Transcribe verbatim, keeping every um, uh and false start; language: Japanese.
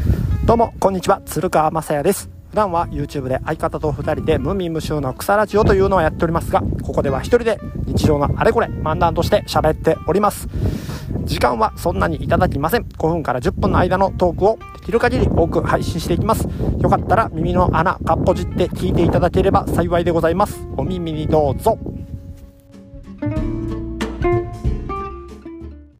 どうもこんにちは、鶴川雅也です。普段は YouTube で相方とふたりで無味無臭の草ラジオというのをやっておりますが、ここでは一人で日常のあれこれ漫談として喋っております。時間はそんなにいただきません。ごふんからじゅっぷんの間のトークをできる限り多く配信していきます。よかったら耳の穴かっぽじって聞いていただければ幸いでございます。お耳にどうぞ。